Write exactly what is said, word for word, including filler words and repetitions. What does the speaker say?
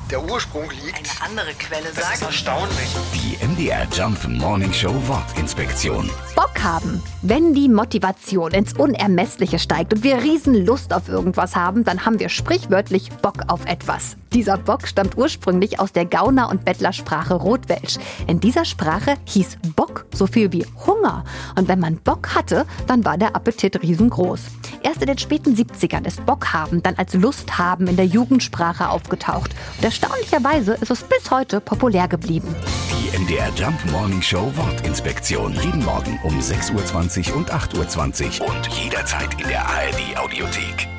der Ursprung liegt. Eine andere Quelle Das sagt... ist erstaunlich. Die M D R Jump Morning Show Wortinspektion. Bock haben. Wenn die Motivation ins Unermessliche steigt und wir riesen Lust auf irgendwas haben, dann haben wir sprichwörtlich Bock auf etwas. Dieser Bock stammt ursprünglich aus der Gauner- und Bettlersprache Rotwelsch. In dieser Sprache hieß Bock so viel wie Hunger. Und wenn man Bock hatte, dann war der Appetit riesengroß. Erst in den späten siebzigern ist Bock haben dann als Lust haben in der Jugendsprache aufgetaucht. Und erstaunlicherweise ist es bis heute populär geblieben. Die M D R Jump Morning Show Wortinspektion. Jeden Morgen um sechs Uhr zwanzig und acht Uhr zwanzig und jederzeit in der A R D Audiothek.